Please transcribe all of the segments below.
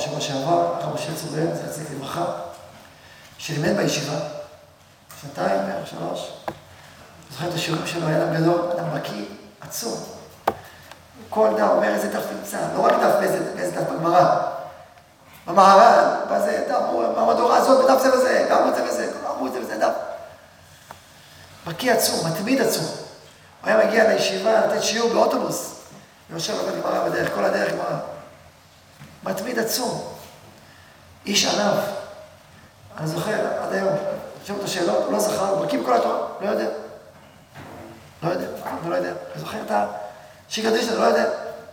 בשבוע שעבר, הרב משה צוריאל, זה יחזיק לברכה, שלימד בישיבה, 2 בערך 3. זוכר את השיעורים שלו, היה אדם גדול, אדם בקיא, עצום. כל דף אומר איזה דף נמצא, לא רק דף באיזה דף בגמרא. במהר"ל, בזה, במהדורה הזאת, בדף זה וזה, בעמוד זה וזה, בעמוד זה וזה, דף. בקיא עצום, מתמיד עצום. הוא היה מגיע לישיבה לתת שיעור באוטובוס, ויושב לבד גמרא בדרך, כל הדרך גמרא. מתמיד עצום. איש ענב. אני זוכר, עד היום, חושב אותו שאלות, הוא לא זכר, הוא בקיא בכל התורה, לא יודע. לא יודע, אני זוכר את השיקדוש שלו, לא יודע.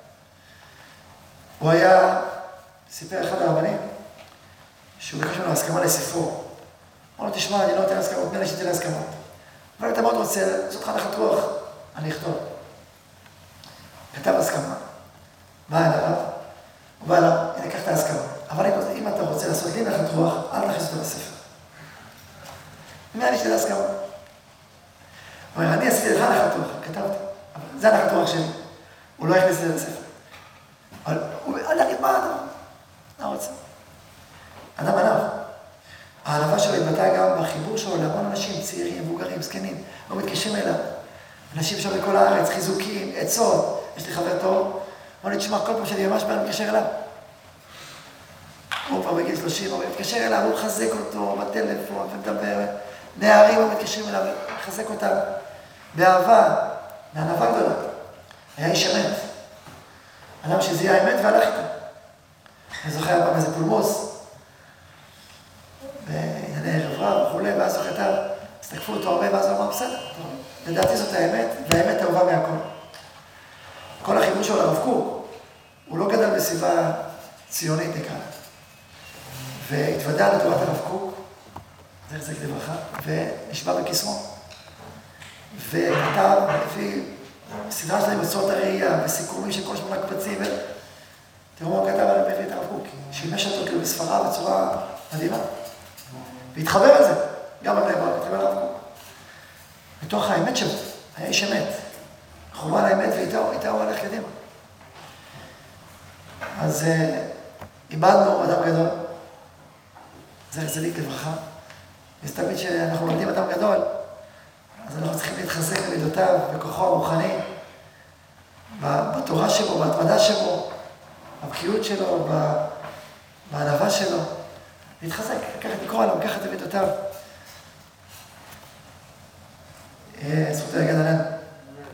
הוא היה, סיפר אחד הרבנים, שהוא ביקש ממנו הסכמה לספרו. אמר לו, תשמע, אני לא אתן הסכמות, נראה לי שתהיה הסכמות. אבל אתה מאוד רוצה, זאת חנכת רוח, אני אכתוב. כתב הסכמה. בא אליו, הוא בא אליו, הנה, קח את ההסכמה. אבל אם אתה רוצה לעשות לי נחת רוח, אל תכניס אותו לספר. נראה לי שתהיה הסכמה. הוא אומר, אני עשיתי לך נחת רוח, כתבתי. אבל זה הנחת רוח שלי. הוא לא הכניס את זה לספר. אבל הוא אומר, אל תגיד, מה אדם? מה רוצה? אדם ענב. הענבה שלו התבטאה גם בחיבור שלו להמון אנשים, צעירים, מבוגרים, זקנים, לא מתקשרים אליו. אנשים שם בכל הארץ, חיזוקים, עצות. יש לי חבר טוב, אמר לי, תשמע, כל פעם שאני ממש בא, מתקשר אליו. הוא כבר בגיל 30, הוא מתקשר אליו, הוא מחזק אותו בטלפון ומדבר. נערים הוא מתקשרים אליו, מחזק אותם באהבה, בענבה גדולה. היה איש אמת. אדם שזיהה האמת והלך איתו. אני זוכר פעם איזה פולמוס, בענייני ערב רב וכו', ואז הוא כתב, הסתקפו אותו הרבה, ואז הוא אמר, בסדר, לדעתי זאת האמת, והאמת אהובה מהכל. כל החיבור שלו לרב קוק, הוא לא גדל בסביבה ציונית נקרא, והתוודע לתורת הרב קוק, זה יחזק לברכה, ונשבע בכיסרו, וכתב לפי סדרה שלהם מסורת הראייה, וסיכומים של כל 8 קבצים, תראו מה הוא כתב על מביא את הרב קוק, שימש אותו כאילו בספרה בצורה מדהימה, והתחבר על זה, גם על בני ברק, התחבר על הרב קוק. מתוך האמת שלו, היה איש אמת, חובה לאמת ואיתה הוא הלך קדימה. אז איבדנו אדם גדול, זכר צדיק לברכה, ותמיד שאנחנו לומדים אדם גדול, אז אנחנו צריכים להתחזק במידותיו, בכוחו הרוחני, בתורה שלו, בהתמדה שלו, בבקיאות שלו, בענווה שלו, להתחזק, לקרוא עליו, לקחת את מידותיו. זכות להגן עלינו.